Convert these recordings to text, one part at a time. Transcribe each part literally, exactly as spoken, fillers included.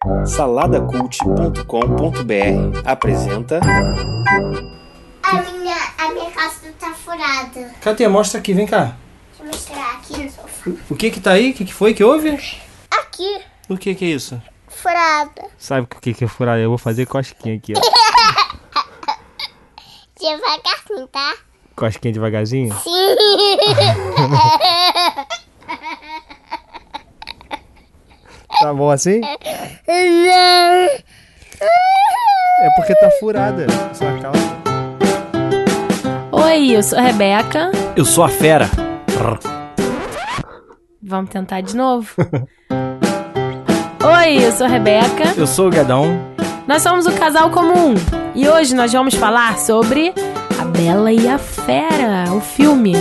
salada cult ponto com ponto b r apresenta... A minha, a minha calça tá furada. Cadê? Mostra aqui, vem cá. Deixa eu mostrar aqui no sofá. O que que tá aí? O que que foi que houve? Aqui, O que que é isso? furada. Sabe o que que é furada? Eu vou fazer cosquinha aqui, ó. Devagarzinho, tá? Cosquinha devagarzinho? Sim. Tá bom assim? Não. É porque tá furada sua calça. Oi, eu sou a Rebeca. Eu sou a fera. Vamos tentar de novo? Oi, eu sou a Rebeca. Eu sou o Gadão. Nós somos o Casal Comum. E hoje nós vamos falar sobre A Bela e a Fera, o filme.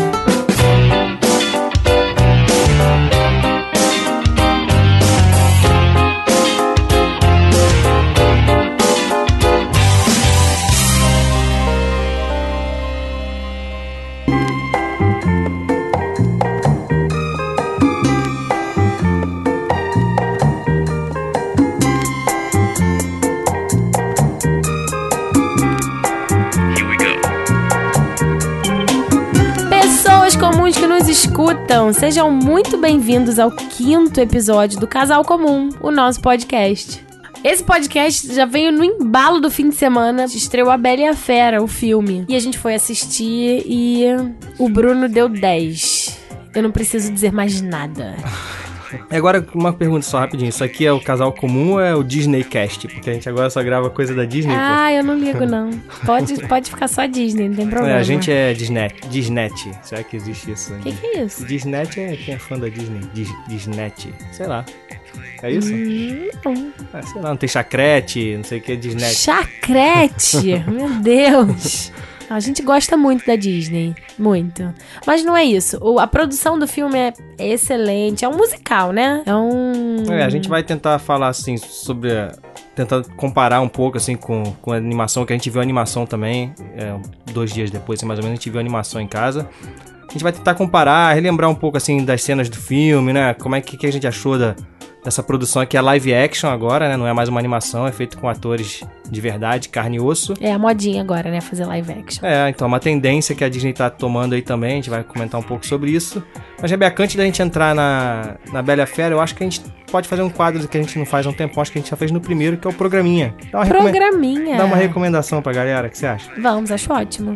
Pessoas comuns que nos escutam, sejam muito bem-vindos ao quinto episódio do Casal Comum, o nosso podcast. Esse podcast já veio no embalo do fim de semana, estreou A Bela e a Fera, o filme. E a gente foi assistir e o Bruno deu dez. Eu não preciso dizer mais nada. E agora uma pergunta só rapidinho. Isso aqui é o Casal Comum ou é o Disney Cast? Porque a gente agora só grava coisa da Disney, pô. Ah, eu não ligo não. Pode, pode ficar só Disney, não tem problema. É, a gente é Disney, Disnet. Será que existe isso? O que, que é isso? Disnet é quem é fã da Disney. Dis, Disnet. Sei lá. É isso? Hum, não. É, sei lá, não tem chacrete, não sei o que é Disnet. Chacrete! Meu Deus! A gente gosta muito da Disney, muito. Mas não é isso. O, a produção do filme é excelente. É um musical, né? É um... É, a gente vai tentar falar, assim, sobre... a- tentar comparar um pouco, assim, com, com a animação, que a gente viu a animação também. É, dois dias depois, assim, mais ou menos, a gente viu a animação em casa. A gente vai tentar comparar, relembrar um pouco, assim, das cenas do filme, né? Como é que, que a gente achou da, dessa produção aqui. É live action agora, né? Não é mais uma animação, é feito com atores de verdade, carne e osso. É a modinha agora, né? Fazer live action. É, então, uma tendência que a Disney tá tomando aí também, a gente vai comentar um pouco sobre isso. Mas, Rebeca, antes da gente entrar na, na Bela e a Fera, eu acho que a gente pode fazer um quadro que a gente não faz há um tempo, acho que a gente já fez no primeiro, que é o Programinha. Dá uma, recome- Programinha. Dá uma recomendação pra galera, o que você acha? Vamos, acho ótimo.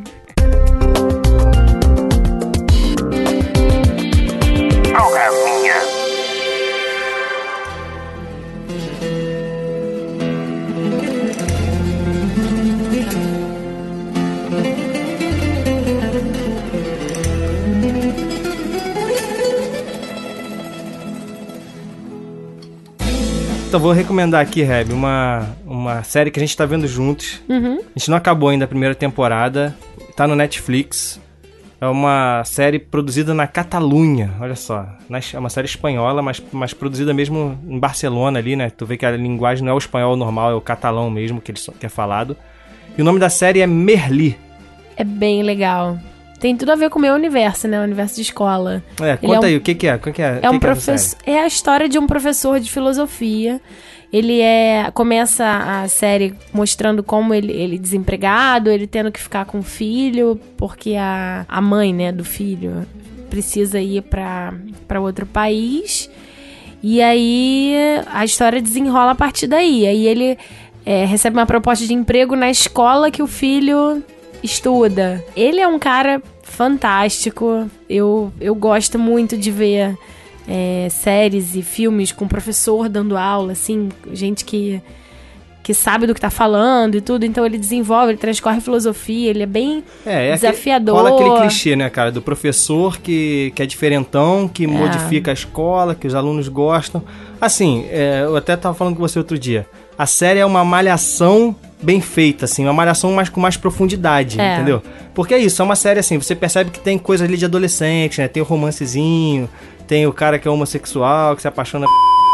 Então, vou recomendar aqui, Reb, uma, uma série que a gente tá vendo juntos. Uhum. A gente não acabou ainda a primeira temporada, tá no Netflix. É uma série produzida na Catalunha, olha só. Na- É uma série espanhola, mas, mas produzida mesmo em Barcelona ali, né? Tu vê que a linguagem não é o espanhol normal, é o catalão mesmo que, ele, so- que é falado. E o nome da série é Merli. É bem legal. Tem tudo a ver com o meu universo, né? O universo de escola. É, Ele conta é um- aí, o que que é? O que que é, É o um que que é essa professor. série? É a história de um professor de filosofia. Ele é. Começa a série mostrando como ele, ele desempregado, ele tendo que ficar com o filho, porque a, a mãe, né, do filho precisa ir pra, pra outro país. E aí a história desenrola a partir daí. Aí ele é, recebe uma proposta de emprego na escola que o filho estuda. Ele é um cara fantástico. Eu, eu gosto muito de ver é, séries e filmes com professor dando aula, assim, gente que, que sabe do que tá falando e tudo. Então ele desenvolve, ele transcorre filosofia, ele é bem É, é desafiador. Aquele, rola aquele clichê, né, cara? Do professor que, que é diferentão, que modifica a escola, que os alunos gostam. Assim, é, eu até tava falando com você outro dia. A série é uma malhação bem feita, assim. Uma malhação mais, com mais profundidade, É. entendeu? Porque é isso, é uma série assim, você percebe que tem coisa ali de adolescente, né? Tem o romancezinho, tem o cara que é homossexual, que se apaixona...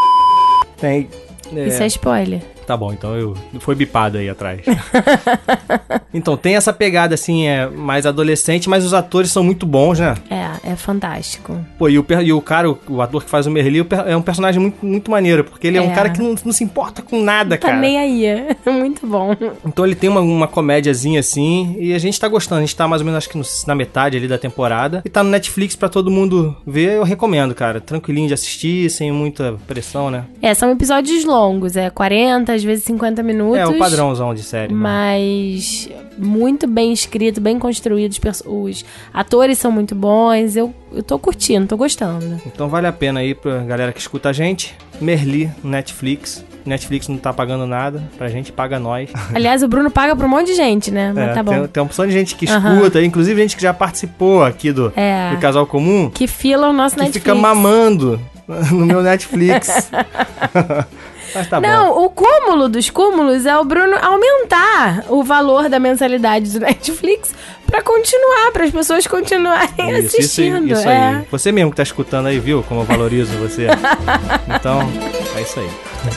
Tem... é, Isso é spoiler. Tá bom, então eu foi bipado aí atrás. Então, tem essa pegada, assim, é mais adolescente, mas os atores são muito bons, né? É, é fantástico. Pô, e o, e o cara, o, o ator que faz o Merli, é um personagem muito, muito maneiro, porque ele é, é um cara que não, não se importa com nada, tá cara. Tá nem aí, é muito bom. Então ele tem uma, uma comédiazinha assim, e a gente tá gostando. A gente tá mais ou menos, acho que no, na metade ali da temporada. E tá no Netflix pra todo mundo ver, eu recomendo, cara. Tranquilinho de assistir, sem muita pressão, né? É, são episódios longos, é quarenta, às vezes cinquenta minutos. É, o padrãozão de série. Mas né? Muito bem escrito, bem construído. Os atores são muito bons. Eu, eu tô curtindo, tô gostando. Então vale a pena aí pra galera que escuta a gente. Merli, Netflix. Netflix não tá pagando nada, pra gente paga nós. Aliás, o Bruno paga pra um monte de gente, né? Mas é, tá bom. Tem, tem uma opção de gente que escuta, uhum. Inclusive gente que já participou aqui do, é. do Casal Comum. Que fila o nosso que Netflix. Que fica mamando no meu Netflix. Mas tá não, bom. O cúmulo dos cúmulos é o Bruno aumentar o valor da mensalidade do Netflix pra continuar, para as pessoas continuarem isso, assistindo. Isso, isso é. aí. Você mesmo que tá escutando aí, viu? Como eu valorizo você. Então, é isso aí.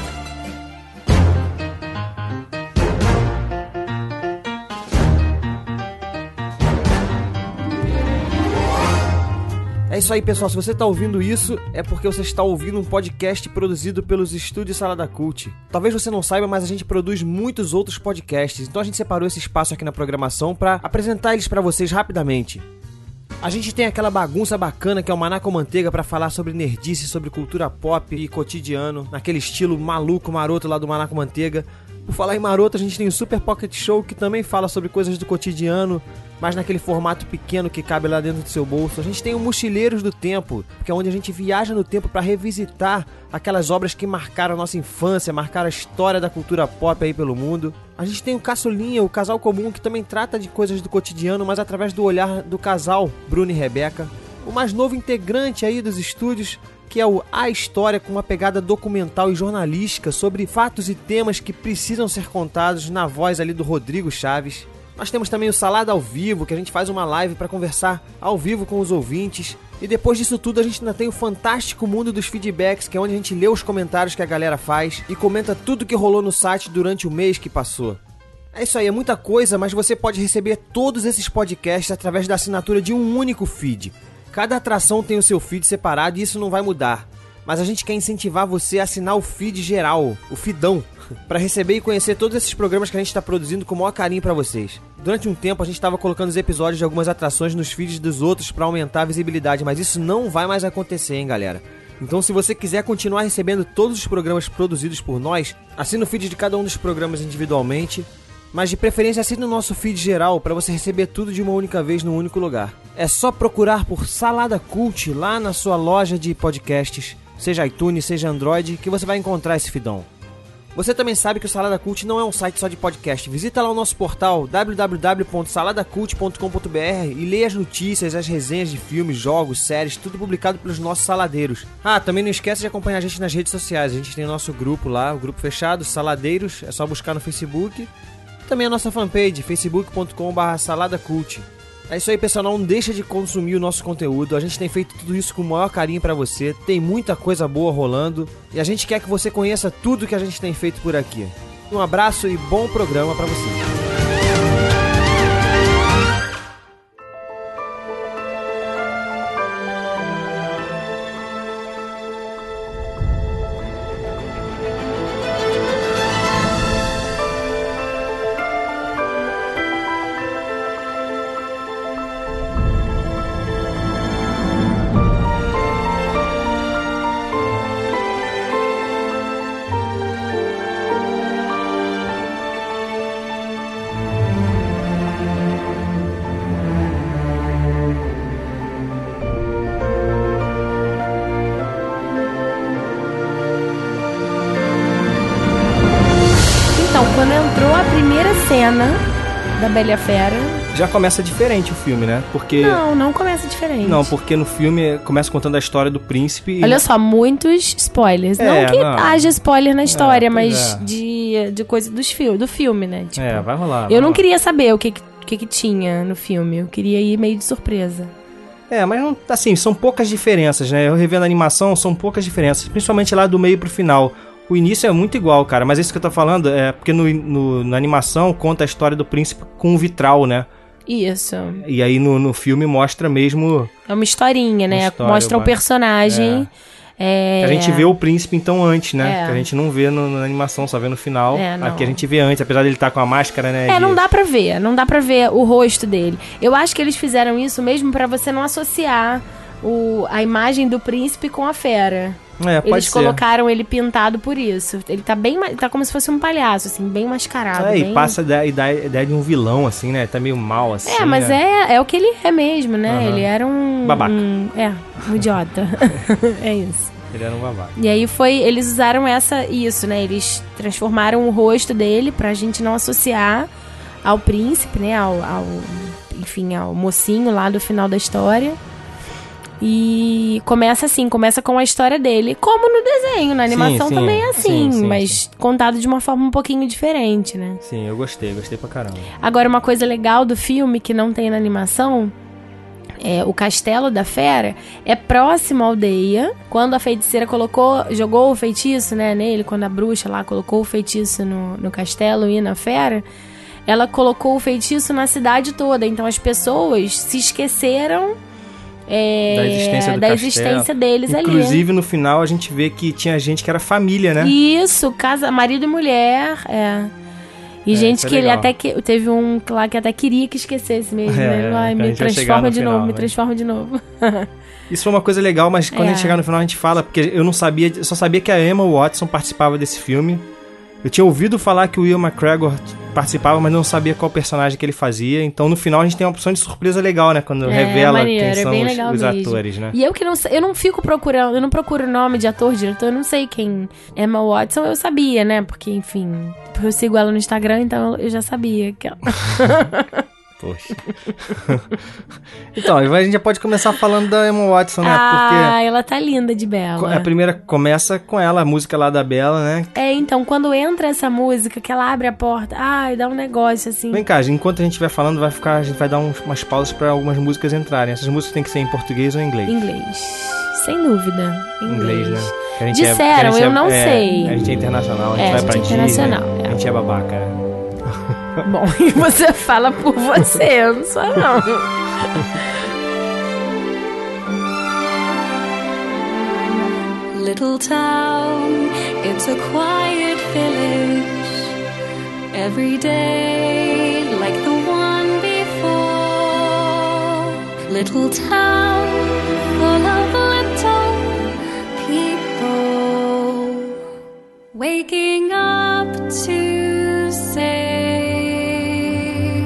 É isso aí, pessoal. Se você está ouvindo isso, é porque você está ouvindo um podcast produzido pelos estúdios Salada Cult. Talvez você não saiba, mas a gente produz muitos outros podcasts. Então a gente separou esse espaço aqui na programação para apresentar eles para vocês rapidamente. A gente tem aquela bagunça bacana que é o Maná com Manteiga para falar sobre nerdice, sobre cultura pop e cotidiano, naquele estilo maluco, maroto lá do Maná com Manteiga. Por falar em maroto, a gente tem o Super Pocket Show, que também fala sobre coisas do cotidiano, mas naquele formato pequeno que cabe lá dentro do seu bolso. A gente tem o Mochileiros do Tempo, que é onde a gente viaja no tempo para revisitar aquelas obras que marcaram a nossa infância, marcaram a história da cultura pop aí pelo mundo. A gente tem o Caçulinha, o Casal Comum, que também trata de coisas do cotidiano, mas através do olhar do casal Bruno e Rebeca. O mais novo integrante aí dos estúdios, que é o A História, com uma pegada documental e jornalística sobre fatos e temas que precisam ser contados na voz ali do Rodrigo Chaves. Nós temos também o Salada ao Vivo, que a gente faz uma live para conversar ao vivo com os ouvintes. E depois disso tudo a gente ainda tem o fantástico mundo dos feedbacks, que é onde a gente lê os comentários que a galera faz e comenta tudo que rolou no site durante o mês que passou. É isso aí, é muita coisa, mas você pode receber todos esses podcasts através da assinatura de um único feed. Cada atração tem o seu feed separado e isso não vai mudar. Mas a gente quer incentivar você a assinar o feed geral, o feedão, para receber e conhecer todos esses programas que a gente está produzindo com o maior carinho para vocês. Durante um tempo a gente estava colocando os episódios de algumas atrações nos feeds dos outros para aumentar a visibilidade, mas isso não vai mais acontecer, hein, galera? Então, se você quiser continuar recebendo todos os programas produzidos por nós, assina o feed de cada um dos programas individualmente, mas de preferência assine o nosso feed geral para você receber tudo de uma única vez num único lugar. É só procurar por Salada Cult lá na sua loja de podcasts, seja iTunes, seja Android, que você vai encontrar esse feedão. Você também sabe que o Salada Cult não é um site só de podcast. Visita lá o nosso portal w w w ponto salada cult ponto com ponto b r e leia as notícias, as resenhas de filmes, jogos, séries, tudo publicado pelos nossos saladeiros. Ah, também não esquece de acompanhar a gente nas redes sociais. A gente tem o nosso grupo lá, o grupo fechado, Saladeiros, é só buscar no Facebook. Também a nossa fanpage, facebook ponto com barra salada cult. É isso aí, pessoal, não deixa de consumir o nosso conteúdo. A gente tem feito tudo isso com o maior carinho pra você. Tem muita coisa boa rolando e a gente quer que você conheça tudo que a gente tem feito por aqui. Um abraço e bom programa pra você. Quando entrou a primeira cena da Bela e a Fera... Já começa diferente o filme, né? Porque... Não, não começa diferente. Não, porque no filme começa contando a história do príncipe... Olha e... só, muitos spoilers. É, não que não. haja spoiler na história, É, mas é. de, de coisa dos fil- do filme, né? Tipo, É, vai rolar. vai eu não rolar. queria saber o que, que, que, que tinha no filme. Eu queria ir meio de surpresa. É, mas não, assim, são poucas diferenças, né? Eu revendo a animação, são poucas diferenças. Principalmente lá do meio pro final. O início é muito igual, cara, mas isso que eu tô falando é porque no, no, na animação conta a história do príncipe com um vitral, né? Isso. E aí no, no filme mostra mesmo... É uma historinha, né? Uma história, mostra o uma- personagem. É. A gente vê o príncipe então antes, né? É. Que a gente não vê no- na animação, só vê no final. É, não. Aqui a gente vê antes, apesar dele estar com a máscara, né? É, de- não dá pra ver, não dá pra ver o rosto dele. Eu acho que eles fizeram isso mesmo pra você não associar o, a imagem do príncipe com a fera. É, pode Eles ser. colocaram ele pintado por isso. Ele tá bem, ma- tá como se fosse um palhaço, assim, bem mascarado. É, bem... e passa a ideia, a ideia de um vilão, assim, né? Tá meio mal, assim. É, mas né? é, é o que ele é mesmo, né? Aham. Ele era um... Babaca. um- é, um idiota. É isso. Ele era um babaca. E aí foi, eles usaram essa, isso, né? Eles transformaram o rosto dele pra gente não associar ao príncipe, né? Ao, ao, enfim, ao mocinho lá do final da história. E começa assim, começa com a história dele, como no desenho, na animação sim, também é assim, sim, sim, mas sim. contado de uma forma um pouquinho diferente, né? Sim, eu gostei, gostei pra caramba. Agora, uma coisa legal do filme que não tem na animação é o castelo da fera é próximo à aldeia. Quando a feiticeira colocou, jogou o feitiço, né, nele, quando a bruxa lá colocou o feitiço no, no castelo e na fera, ela colocou o feitiço na cidade toda. Então as pessoas se esqueceram é, Da existência do da castelo. existência deles ali. Inclusive, no final, a gente vê que tinha gente que era família, né? Isso, casa, marido e mulher, é. E É, gente isso é que ele legal. até que teve um lá que até queria que esquecesse mesmo, É, né? Ai, a me gente vai chegar transforma no de final, novo, me né? transforma de novo. Isso foi uma coisa legal, mas quando É. a gente chegar no final, a gente fala, porque eu não sabia, eu só sabia que a Emma Watson participava desse filme. Eu tinha ouvido falar que o Will McGregor participava, mas não sabia qual personagem que ele fazia. Então, no final, a gente tem uma opção de surpresa legal, né? Quando É, revela maneiro, quem é são bem os, legal os mesmo. atores, né? E eu que não sei- eu não fico procurando, eu não procuro nome de ator, diretor, eu não sei quem. Emma Watson eu sabia, né? Porque, enfim, eu sigo ela no Instagram, então eu já sabia que ela... Poxa. Então, a gente já pode começar falando da Emma Watson, né? Ah, ela tá linda de Porque bela. a primeira começa com ela, a música lá da Bella, né? É, então, quando entra essa música, que ela abre a porta, ai, dá um negócio assim. Vem cá, enquanto a gente vai falando, vai ficar, a gente vai dar uns- umas pausas pra algumas músicas entrarem. Essas músicas têm que ser em português ou em inglês? Inglês. Sem dúvida. Inglês. Inglês, né? Que a gente Disseram, que a gente eu não é, sei. A gente é internacional, a gente É, vai a pra gente é Disney. internacional, é. A gente é babaca, né? Bom, e você fala por você, eu não sou não. Little town, it's a quiet village. Every day, like the one before. Little town, full of little people. Waking up to say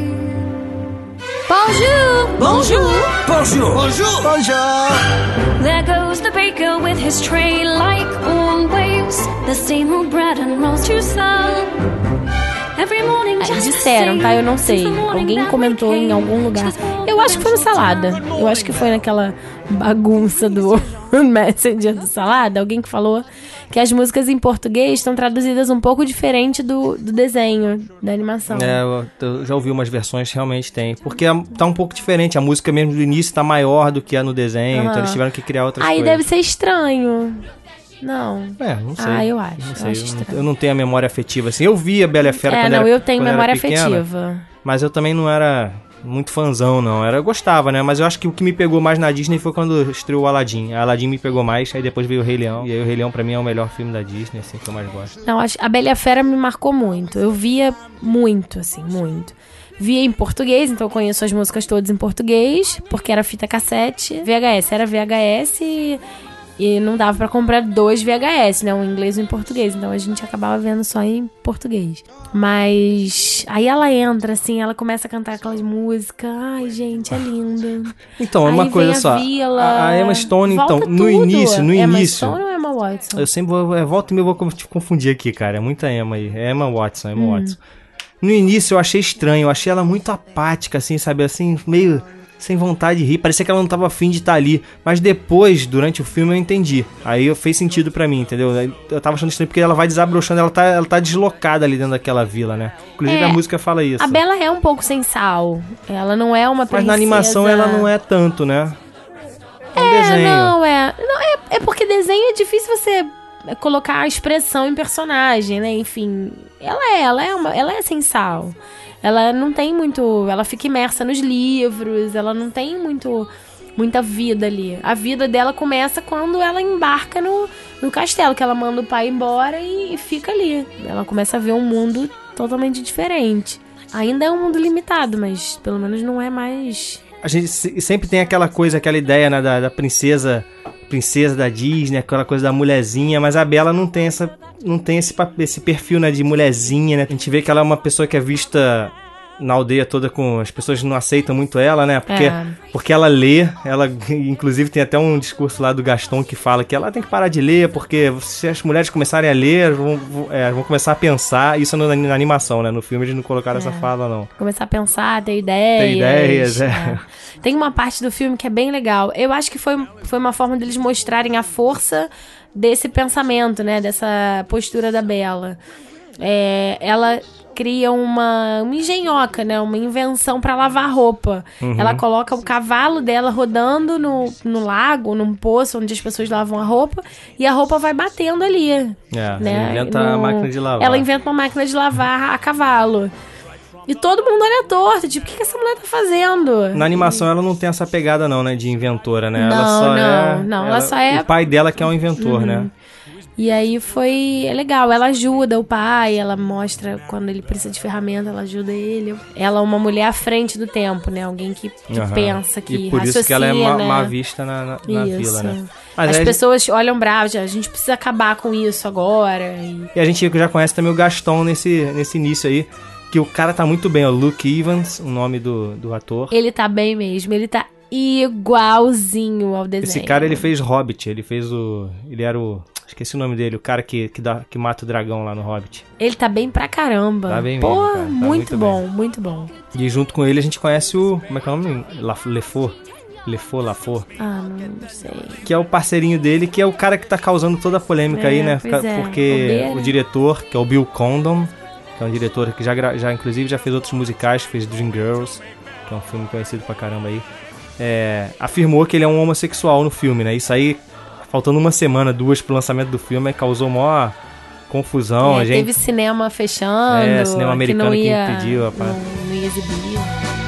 Bonjour, bonjour. Bonjour. Bonjour. Bonjour. There goes the baker with his tray, like always. The same old bread and rolls to sell. Every morning Aí just the disseram, same. tá? Eu não sei. Since the morning Alguém that comentou we em came. algum lugar. She's more Eu acho que foi no than she's Salada. done. Eu acho que foi naquela bagunça do Messenger do Salada. Alguém que falou que as músicas em português estão traduzidas um pouco diferente do, do desenho, da animação. É, eu, eu já ouvi umas versões, realmente tem. Porque a- tá um pouco diferente. A música mesmo do início tá maior do que a no desenho. Aham. Então eles tiveram que criar outras Aí coisas. deve ser estranho. Não. É, não sei. Ah, eu acho, Não eu sei. acho Eu, não, estranho. eu não tenho a memória afetiva assim. Eu vi a Bela e a Fera É, quando não, era eu tenho quando era memória pequena, afetiva. Mas eu também não era muito fãzão, não. Era, eu gostava, né? Mas eu acho que o que me pegou mais na Disney foi quando estreou o Aladdin. A Aladdin me pegou mais, aí depois veio o Rei Leão. E aí o Rei Leão pra mim é o melhor filme da Disney, assim, que eu mais gosto. Não, acho- a Bela e a Fera me marcou muito. Eu via muito, assim, muito. Via em português, então eu conheço as músicas todas em português, porque era fita cassete. V H S era V H S e, e não dava pra comprar dois V H S, né? Um em inglês e um em português. Então a gente acabava vendo só em português. Mas aí ela entra, assim, ela começa a cantar aquelas músicas. Ai, gente, é linda. Então, é Aí uma vem coisa a só. Vila, A, a Emma Stone, volta então, no tudo. início, no Emma início. Stone ou Emma Watson? Eu sempre vou, é, volta e meia eu vou com- te confundir aqui, cara. É muita Emma aí. É Emma Watson, Emma Hum. Watson. No início eu achei estranho, eu achei ela muito apática, assim, sabe? Assim, meio sem vontade de rir. Parecia que ela não tava afim de estar ali. Mas depois, durante o filme, eu entendi. Aí fez sentido pra mim, entendeu? Aí eu tava achando estranho porque ela vai desabrochando, ela tá, ela tá deslocada ali dentro daquela vila, né? Inclusive É, a música fala isso. A Bela é um pouco sem sal. Ela não é uma Mas princesa. na animação ela não é tanto, né? É um É, desenho. não, é. Não, é, é porque desenho é difícil você colocar a expressão em personagem, né? Enfim, ela é, ela é uma, ela é sem sal. ela não tem muito... Ela fica imersa nos livros, ela não tem muito... muita vida ali. A vida dela começa quando ela embarca no, no castelo, que ela manda o pai embora e, e fica ali. Ela começa a ver um mundo totalmente diferente. Ainda é um mundo limitado, mas pelo menos não é mais... A gente sempre tem aquela coisa, aquela ideia, né, da, da princesa, princesa da Disney, aquela coisa da mulherzinha, mas a Bela não tem, essa, não tem esse, esse perfil, né, de mulherzinha, né? A gente vê que ela é uma pessoa que é vista... na aldeia toda, com as pessoas não aceitam muito ela, né? Porque, É. porque ela lê, ela inclusive tem até um discurso lá do Gaston que fala que ela tem que parar de ler, porque se as mulheres começarem a ler, vão, vão, é, vão começar a pensar, isso na, na animação, né? No filme eles não colocaram É. essa fala, não. Começar a pensar, ter ideias. Ter ideias, é. Tem uma parte do filme que é bem legal. Eu acho que foi, foi uma forma deles mostrarem a força desse pensamento, né? Dessa postura da Bela. É, ela cria uma, uma engenhoca, né? Uma invenção pra lavar roupa. Uhum. Ela coloca o cavalo dela rodando no, no lago, num poço onde as pessoas lavam a roupa, e a roupa vai batendo ali. É, né? ela inventa No- a máquina de lavar. Ela inventa uma máquina de lavar a cavalo. E todo mundo olha torto, tipo, o que, que essa mulher tá fazendo? Na animação ela não tem essa pegada não, né, de inventora, né? ela Não, só não, é, não, ela só é- o pai dela que é um inventor, né? E aí foi é legal, ela ajuda o pai, ela mostra quando ele precisa de ferramenta, ela ajuda ele. Ela é uma mulher à frente do tempo, né? Alguém que, que Aham. pensa, que E por raciocina. isso que ela é má, má vista na, na, na Isso. vila, né? Mas As aí a pessoas olham bravas, a gente precisa acabar com isso agora. E... E a gente já conhece também o Gaston nesse, nesse início aí, que o cara tá muito bem, ó, Luke Evans, o nome do, do ator. Ele tá bem mesmo, ele tá igualzinho ao desenho. Esse cara, ele fez Hobbit, ele fez o... Ele era o... Esqueci o nome dele, o cara que, que, dá, que mata o dragão lá no Hobbit. Ele tá bem pra caramba. Tá bem Pô, mesmo, cara, tá muito, muito bom, muito bom. E junto com ele a gente conhece o... Como é que é o nome? La, Lefort. Lefort, Lafort. Ah, não sei. Que é o parceirinho dele, que é o cara que tá causando toda a polêmica É, aí, né? pois é, Porque o Beira. o diretor, que é o Bill Condon, que é um diretor que já, gra- já inclusive já fez outros musicais, fez Dreamgirls, que é um filme conhecido pra caramba aí, é, afirmou que ele é um homossexual no filme, né? Isso aí, faltando uma semana, duas pro lançamento do filme, causou maior confusão. É, a gente... Teve cinema fechando. É, cinema americano que, não que ia, impediu a parada. não, não ia exibir.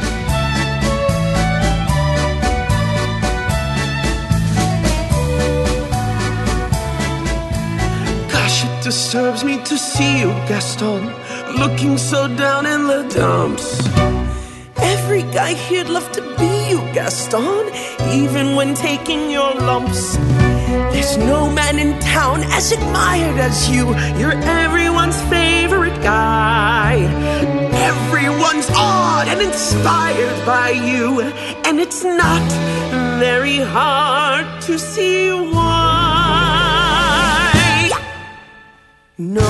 Gosh, it disturbs me to see you, Gaston, looking so down in the dumps. Every guy here'd love to be you, Gaston, even when taking your lumps. There's no man in town as admired as you. You're everyone's favorite guy. Everyone's awed and inspired by you, and it's not very hard to see why. No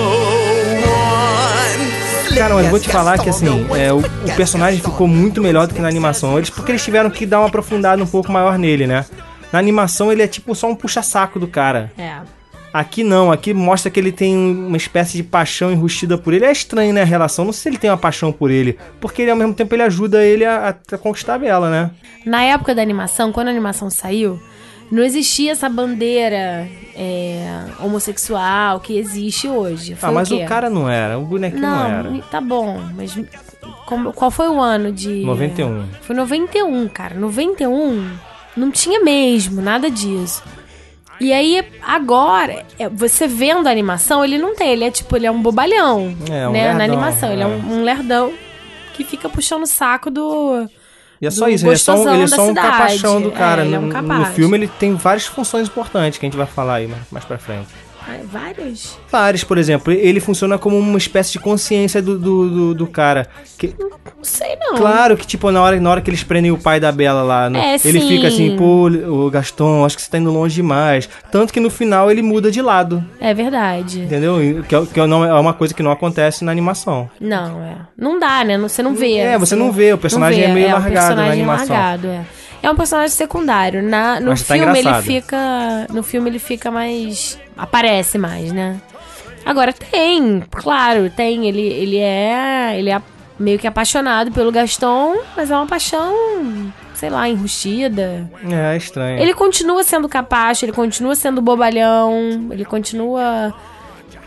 one. Cara, mas vou te falar que assim, é, o, o personagem ficou muito melhor do que na animação. Eles, porque eles tiveram que dar uma aprofundada um pouco maior nele, né? Na animação ele é tipo só um puxa-saco do cara. É. Aqui não, aqui mostra que ele tem uma espécie de paixão enrustida por ele. É estranho, né, a relação. Não sei se ele tem uma paixão por ele, porque ele, ao mesmo tempo ele ajuda ele a, a conquistar a Bela, né? Na época da animação, quando a animação saiu, não existia essa bandeira é, homossexual que existe hoje. Foi Ah, mas o quê? o cara não era, o bonequinho não, Não, era. tá bom, mas como- qual foi o ano de... noventa e um. Foi noventa e um, cara. noventa e um não tinha mesmo nada disso. E aí, agora, é, você vendo a animação, ele não tem, ele é tipo, ele é um bobalhão, É, um né? lerdão, Na animação, ele é é. um, um lerdão que fica puxando o saco do... E é só do isso, ele é só um, gostosão ele é da só um cidade. capachão do É, cara. ele é um no, no capaz. filme ele tem várias funções importantes que a gente vai falar aí mais, mais pra frente. Ai, vários? Vários, por exemplo, ele funciona como uma espécie de consciência do, do, do, do cara. Que, Não sei não. claro que, tipo, na hora, na hora que eles prendem o pai da Bela lá, no- É, ele sim. fica assim, pô, o Gaston, acho que você tá indo longe demais. Tanto que no final ele muda de lado, É verdade. entendeu? E Que, é, que é não- é uma coisa que não acontece na animação. Não, é. Não dá, né? Você não vê. É, você não vê, o personagem não vê. é meio um largado na personagem animação. largado, é. É um personagem secundário. Na, no Mas tá filme ele engraçado. fica. No filme ele fica mais. Aparece mais, né? Agora tem, claro, tem. Ele, ele é. Ele é meio que apaixonado pelo Gaston, mas é uma paixão, sei lá, enrustida. É, é estranho. Ele continua sendo capacho, ele continua sendo bobalhão, ele continua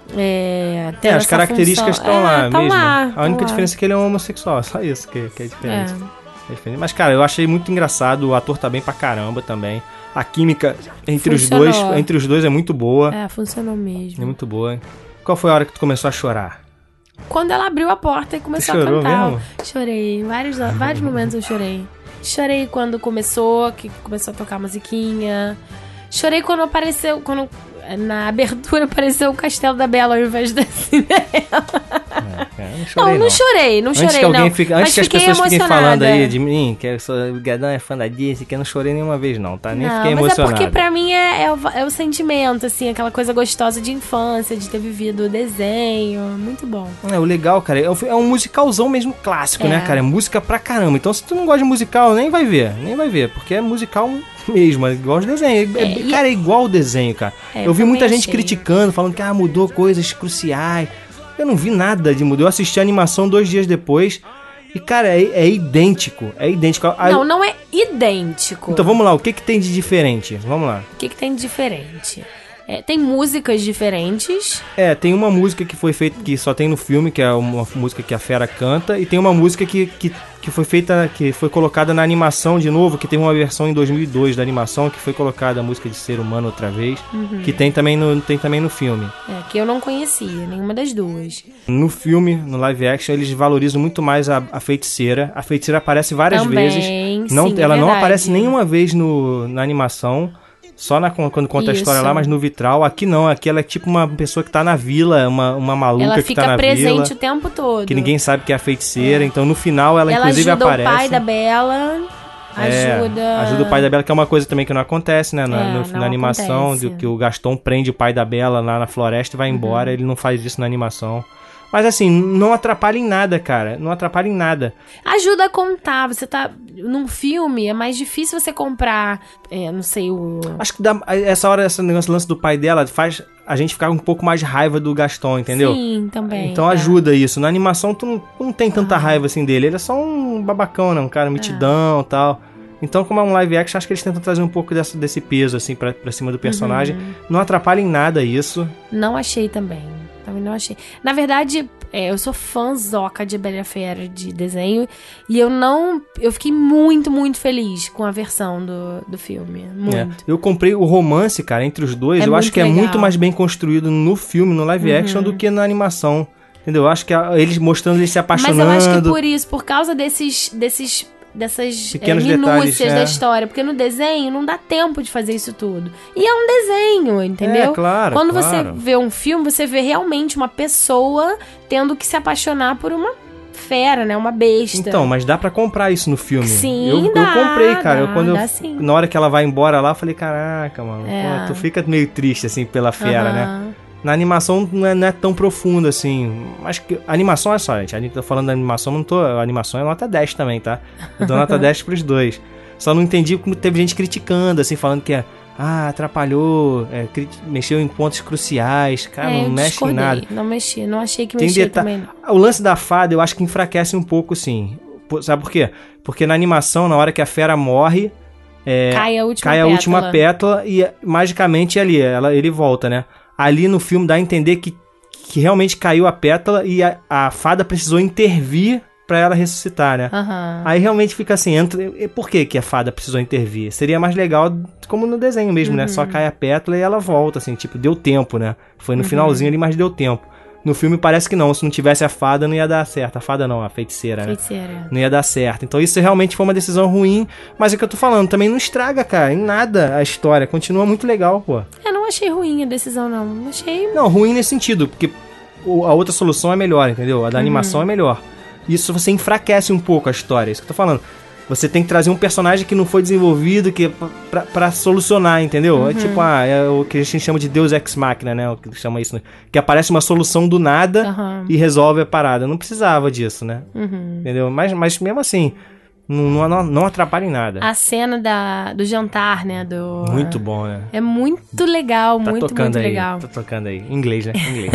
É, tendo É, as essa características função. estão lá É, tão mesmo. lá, a tão única lá. diferença é que ele é um homossexual, só isso que, que é diferente. É. É diferente. Mas, cara, eu achei muito engraçado, o ator tá bem pra caramba também. A química entre os Funcionou. dois, entre os dois é muito boa. É, funcionou É mesmo. muito boa. Qual foi a hora que tu começou a chorar? Quando ela abriu a porta e começou Tu a chorou cantar. mesmo? Chorei. Vários, vários momentos eu chorei. Chorei quando começou, que começou a tocar a musiquinha. Chorei quando apareceu, quando na abertura apareceu o Castelo da Bela ao invés da Cinderela. É, eu não Não, chorei, não chorei, não chorei, Antes que alguém não. fique, Mas antes que as fiquei pessoas fiquem emocionada. falando aí de mim, que eu sou, o Gadão é fã da Disney, que eu não chorei nenhuma vez não, tá? Nem Não, fiquei mas emocionado. é porque pra mim é, é, o, é o sentimento, assim, aquela coisa gostosa de infância, de ter vivido o desenho. Muito bom. É, o legal, cara, é um, é um musicalzão mesmo clássico, É. né, cara? É música pra caramba. Então, se tu não gosta de musical, nem vai ver, nem vai ver, porque é musical mesmo, é igual os desenhos. É, É, e- cara, é igual o desenho, cara. É, eu eu vi também muita gente achei. criticando, falando que ah, mudou coisas cruciais. Eu não vi nada de mudar. Eu assisti a animação dois dias depois e, cara, é, é idêntico. É idêntico. Ah, Não, não é idêntico. Então vamos lá, o que que tem de diferente? Vamos lá. O que, que tem de diferente? É, tem músicas diferentes. É, tem uma música que foi feita, que só tem no filme, que é uma música que a Fera canta, e tem uma música que, que, que foi feita, que foi colocada na animação de novo, que teve uma versão em dois mil e dois da animação, que foi colocada a música de Ser Humano outra vez, que tem também, no, tem também no filme. É, que eu não conhecia, nenhuma das duas. No filme, no live action, eles valorizam muito mais a, a feiticeira. A feiticeira aparece várias Também, vezes. Não, sim, é ela não verdade. aparece nenhuma vez no, na animação. Só na, quando conta a Isso. história lá, mas no vitral. Aqui não, aqui ela é tipo uma pessoa que tá na vila, uma, uma maluca Ela que fica tá na presente vila. o tempo todo. Que ninguém sabe que é a feiticeira. Então no final ela, Ela inclusive ajuda aparece. o pai da Bela. É, Ajuda. ajuda o pai da Bela, que é uma coisa também que não acontece, né? Na, É, no- não na animação, acontece. de que o Gaston prende o pai da Bela lá na floresta e vai embora. Ele não faz isso na animação. Mas assim, não atrapalha em nada, cara. Não atrapalha em nada. Ajuda a contar. Você tá. Num filme, é mais difícil você comprar. É, não sei, o. Acho que dá, essa hora, esse negócio, lance do pai dela faz a gente ficar um pouco mais de raiva do Gaston, entendeu? Sim, também. Então é. ajuda isso. Na animação tu não, tu não tem tanta raiva assim dele. Ele é só um babacão, né? Um cara mitidão e tal. Então, como é um live action, acho que eles tentam trazer um pouco dessa, desse peso, assim, pra, pra cima do personagem. Uhum. Não atrapalha em nada isso. Não achei também. Também não achei. Na verdade, é, eu sou fãzoca de Bela e a Fera de desenho. E eu não. Eu fiquei muito, muito feliz com a versão do, do filme. Muito. É. Eu comprei o romance, cara, entre os dois. É eu acho muito que é legal. muito mais bem construído no filme, no live Uhum. action, do que na animação. Entendeu? Eu acho que a- eles mostrando eles se Mas apaixonando. eu acho que por isso, por causa desses. desses dessas é, Pequenos minúcias detalhes, da é. história, porque no desenho não dá tempo de fazer isso tudo. E é um desenho, entendeu? É, claro, Quando claro. você vê um filme, você vê realmente uma pessoa tendo que se apaixonar por uma fera, né? Uma besta. Então, mas dá pra comprar isso no filme. Sim, eu, dá, eu comprei, cara. eu, dá, quando eu- dá sim. na hora que ela vai embora lá, eu falei, caraca, mano. É. Pô, tu fica meio triste, assim, pela fera, né? Aham. Na animação não é, não é tão profundo, assim. Mas que, a animação é só, gente. A gente tá falando da animação, não tô. A animação é nota dez também, tá? Eu dou nota dez pros dois. Só não entendi como teve gente criticando, assim, falando que é. Ah, atrapalhou, é, cri- mexeu em pontos cruciais. Cara, É, não eu mexe em discordei. nada. Não mexi, não achei que Tem mexia deta- também. Não. O lance da fada eu acho que enfraquece um pouco, sim. Pô, sabe por quê? Porque na animação, na hora que a fera morre, é, Cai a última cai a pétala. última pétala e é, magicamente ali, ela, ele volta, né? Ali no filme dá a entender que, que realmente caiu a pétala e a, a fada precisou intervir pra ela ressuscitar, né? Aham. Aí realmente fica assim, entra, e por que que a fada precisou intervir? Seria mais legal como no desenho mesmo, né? Uhum. Só cai a pétala e ela volta, assim, tipo, deu tempo, né? Foi no Uhum. finalzinho ali, mas deu tempo. No filme parece que não, se não tivesse a fada não ia dar certo. A fada não, a feiticeira, né? Feiticeira. Não ia dar certo. Então isso realmente foi uma decisão ruim, mas é o que eu tô falando, também não estraga, cara, em nada a história. Continua muito legal, pô. Eu não achei ruim a decisão, não. Achei. Não, ruim nesse sentido, porque o- a outra solução é melhor, entendeu? A da Uhum. animação é melhor. Isso você enfraquece um pouco a história, é isso que eu tô falando. Você tem que trazer um personagem que não foi desenvolvido que pra, pra solucionar, entendeu? Uhum. É tipo, ah, é o que a gente chama de Deus Ex Machina, né? O que chama isso, né? Que aparece uma solução do nada Aham. e resolve a parada. Não precisava disso, né? Uhum. Entendeu? Mas, mas mesmo assim, não, não, não atrapalha em nada. A cena da, do jantar, né? Do, Muito bom, né? É muito legal, Tá muito, tocando muito aí, legal. tá tocando aí. Em inglês, né? Em inglês.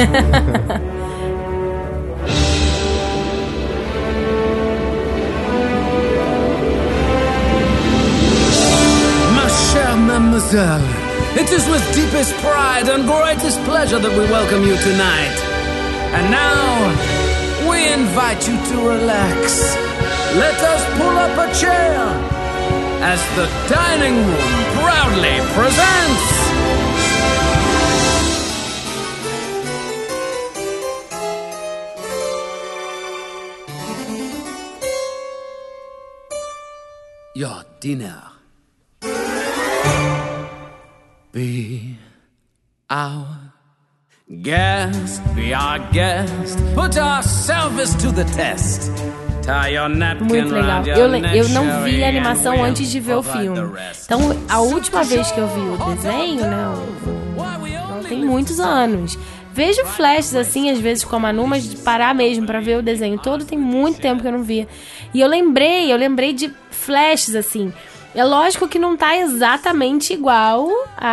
Ma chère mademoiselle, it is with deepest pride and greatest pleasure that we welcome you tonight. And now, we invite you to relax. Let us pull up a chair as the dining room proudly presents... your dinner. Be our guest, be our guest. Put our service to the test. Tie your napkin Muito legal. round your Eu, neck, eu não vi a Sherry, animação and antes de ver o we'll provide filme. the rest. Então, a última vez que eu vi o desenho, né? o- o- Não tem muitos anos. Vejo flashes assim, às vezes com a Manu, mas de parar mesmo pra ver o desenho todo, tem muito tempo que eu não via. E eu lembrei, eu lembrei de flashes assim. É lógico que não tá exatamente igual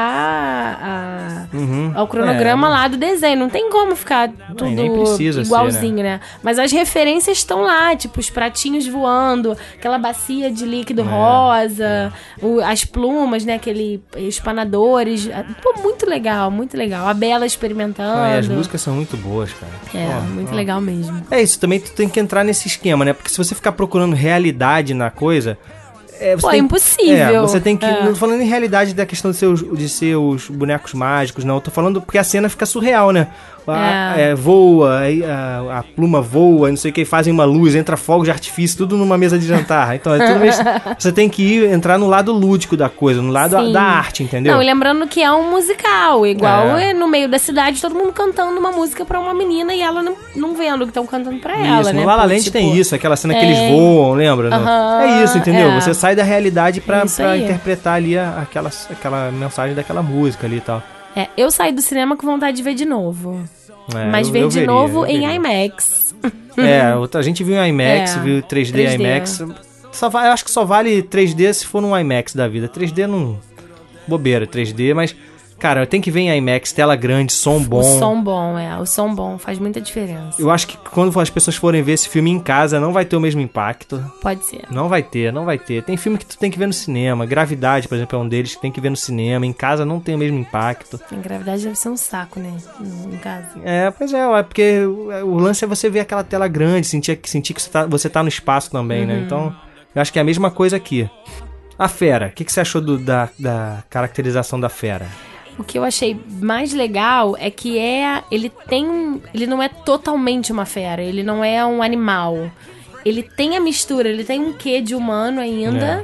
a, a- Uhum. ao cronograma É. lá do desenho. Não tem como ficar tudo nem precisa ser, igualzinho, né? Mas as referências estão lá, tipo os pratinhos voando, aquela bacia de líquido É, rosa, o- as plumas, né? Aquele espanadores. Pô, muito legal, muito legal. A Bela experimentando. Ah, e as músicas são muito boas, cara. É, Ó, muito ó. legal mesmo. É isso, também tu tem que entrar nesse esquema, né? Porque se você ficar procurando realidade na coisa... É, você Pô, tem- é impossível. É, você tem que... É. Não tô falando em realidade da questão de ser, os, de ser os bonecos mágicos, não. Eu tô falando porque a cena fica surreal, né? A, É. é, voa, aí a, a pluma voa, não sei o que, fazem uma luz, entra fogo de artifício, tudo numa mesa de jantar. Então, é tudo meio, você tem que ir, entrar no lado lúdico da coisa, no lado Sim. da arte, entendeu? Não, e lembrando que é um musical, igual É. é no meio da cidade, todo mundo cantando uma música pra uma menina e ela não, não vendo que estão cantando pra ela, Isso, né? no La La Pô, Land tipo, tem isso, aquela cena que tem. eles voam, lembra? No- Aham, é isso, entendeu? é. Você sai da realidade pra, Isso pra aí. interpretar ali a- aquela, aquela mensagem daquela música ali e tal. É, eu saí do cinema com vontade de ver de novo. É, Mas eu- ver eu de veria, novo eu em veria. IMAX. É, outra- a gente viu em IMAX, É, viu três D, três D. IMAX. Só, va- eu acho que só vale três D se for num IMAX da vida. três D não... Bobeira, três D, mas... Cara, tem que ver em IMAX, tela grande, som bom. O som bom, é. O som bom faz muita diferença. Eu acho que quando as pessoas forem ver esse filme em casa, não vai ter o mesmo impacto. Pode ser. Não vai ter, não vai ter. Tem filme que tu tem que ver no cinema. Gravidade, por exemplo, é um deles que tem que ver no cinema. Em casa não tem o mesmo impacto. A gravidade deve ser um saco, né? No- Em casa. É, pois é, é porque o, o lance é você ver aquela tela grande, sentir, sentir que você tá, você tá no espaço também, né? Então, eu acho que é a mesma coisa aqui. A fera, o que, que você achou do- da, da caracterização da fera? O que eu achei mais legal é que é ele tem um, ele não é totalmente uma fera, ele não é um animal. Ele tem a mistura, ele tem um quê de humano ainda.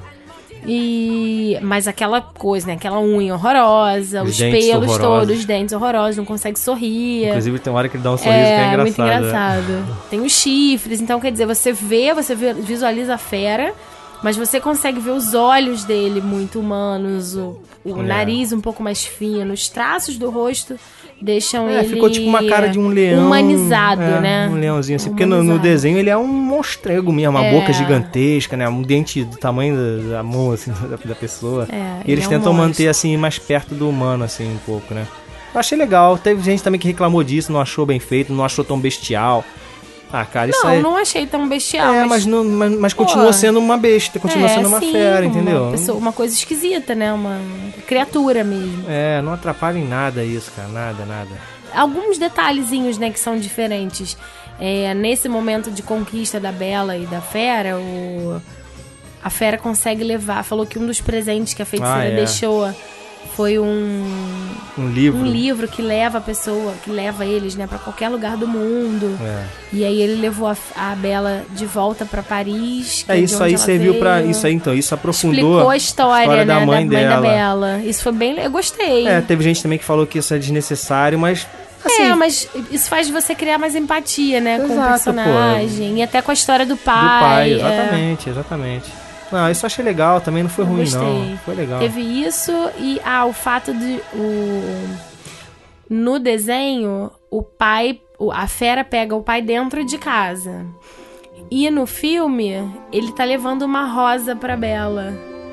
E mas aquela coisa, né, aquela unha horrorosa, Os os, dentes pelos horrorosos. todos, os dentes horrorosos, não consegue sorrir. Inclusive tem uma hora que ele dá um sorriso que é engraçado. muito né? engraçado. Tem os chifres, então quer dizer, você vê, você vê- visualiza a fera, mas você consegue ver os olhos dele muito humanos, o, o É. nariz um pouco mais fino, os traços do rosto deixam É, ele ficou tipo uma cara de um leão. humanizado, é, né? Um leãozinho assim. Porque no, no Humanizado. desenho ele é um monstrego mesmo, uma É. boca gigantesca, né? Um dente do tamanho da, da mão, assim, da, da pessoa. É, e eles ele é um tentam monstro. manter, assim, mais perto do humano, assim, um pouco, né? Eu achei legal. Teve gente também que reclamou disso, não achou bem feito, não achou tão bestial. Ah, cara, isso Não, aí... não achei tão bestial, É, mas... mas, não, mas, mas Pô, continua sendo uma besta, continua é, sendo uma sim, fera, entendeu? Uma, pessoa- uma coisa esquisita, né? Uma criatura mesmo. É, não atrapalha em nada isso, cara, nada, nada. Alguns detalhezinhos, né, que são diferentes. É, nesse momento de conquista da Bela e da Fera, o... a Fera consegue levar. Falou que um dos presentes que a feiticeira Ah, é. deixou foi um, Um livro. um livro que leva a pessoa, que leva eles, né, pra qualquer lugar do mundo. É. E aí ele levou a, a Bela de volta pra Paris. que É, de isso onde aí ela serviu veio. pra... Isso aí, então, isso aprofundou Explicou a história, história né, da mãe dela. Bela. Isso foi bem... Eu gostei. É, teve gente também que falou que isso é desnecessário, mas... Assim, É, mas isso faz você criar mais empatia, né? com o Exato, personagem. E até com a história do pai. do pai, é. exatamente, exatamente. Não, isso eu achei legal, também não foi Eu ruim, gostei. não. Foi legal. Teve isso e, ah, o fato de... O... No desenho, o pai... o- A Fera pega o pai dentro de casa. E no filme, ele tá levando uma rosa pra Bela.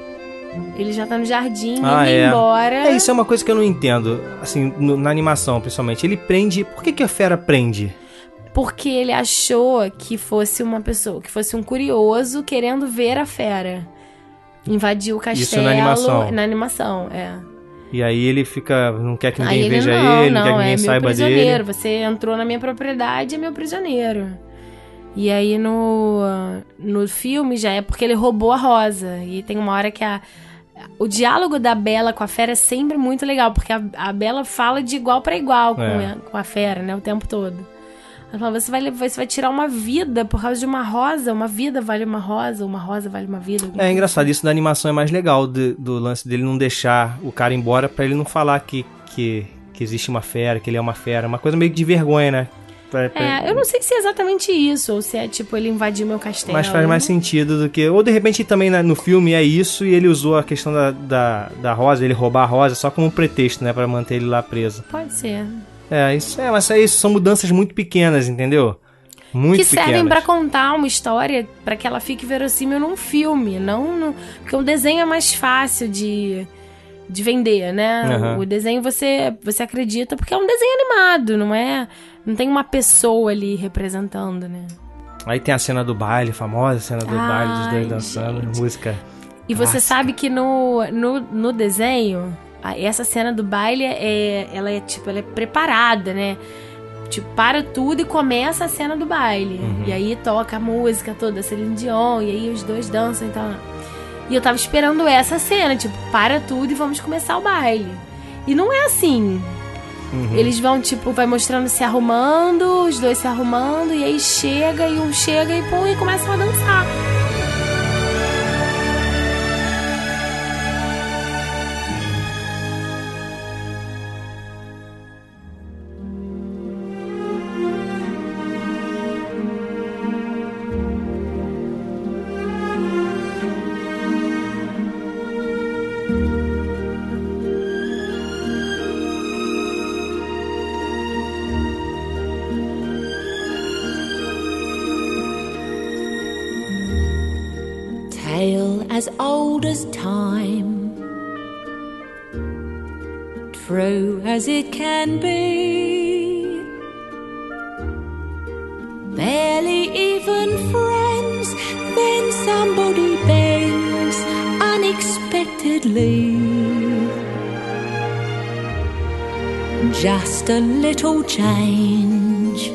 Ele já tá no jardim, Ah, indo é. embora. É, isso é uma coisa que eu não entendo, assim, no- na animação, principalmente. Ele prende... Por que que a fera prende? Porque ele achou que fosse uma pessoa, que fosse um curioso querendo ver a fera. Invadiu o castelo. Isso na animação. Na animação, é. E aí ele fica, não quer que ninguém Aí ele, veja não, ele, não, não, quer que ninguém é saiba meu prisioneiro. dele. Você entrou na minha propriedade, é meu prisioneiro. E aí no, no filme já é porque ele roubou a rosa. E tem uma hora que a, o diálogo da Bela com a fera é sempre muito legal, porque a, a Bela fala de igual pra igual com, É. a, com a fera, né, o tempo todo. Ela fala, você vai, você vai tirar uma vida por causa de uma rosa, uma vida vale uma rosa, uma rosa vale uma vida. É engraçado, isso da animação é mais legal, do, do lance dele não deixar o cara embora pra ele não falar que, que, que existe uma fera, que ele é uma fera. Uma coisa meio que de vergonha, né? Pra, pra... É, eu não sei se é exatamente isso, ou se é tipo, ele invadiu meu castelo. Mas faz mais sentido do que... Ou de repente também né, no filme é isso e ele usou a questão da, da, da rosa, ele roubar a rosa só como pretexto, né? Pra manter ele lá preso. Pode ser. É, isso é, mas é isso, são mudanças muito pequenas, entendeu? Muito que pequenas. servem pra contar uma história pra que ela fique verossímil num filme, não no... porque o desenho é mais fácil de, de vender, né? Uhum. O desenho você, você acredita porque é um desenho animado, não é? Não tem uma pessoa ali representando, né? Aí tem a cena do baile, a famosa cena do Ai, baile dos dois dançando, gente. música. E você clássica. sabe que no, no, no desenho, a- essa cena do baile é, ela é tipo, ela é preparada, né? Tipo, para tudo e começa a cena do baile. Uhum. E aí toca a música toda, Celine Dion, e aí os dois dançam e tal. E eu tava esperando essa cena, tipo, para tudo e vamos começar o baile. E não é assim. Uhum. Eles vão, tipo, vai mostrando se arrumando, os dois se arrumando, e aí chega, e um chega e pum, e começam a dançar. Tale as old as time, true as it can be. Barely even friends, then somebody bends unexpectedly. Just a little change,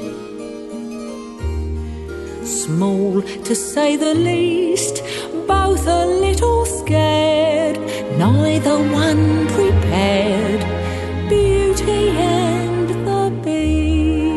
small to say the least, both a little scared, neither one prepared. Beauty and the Beast.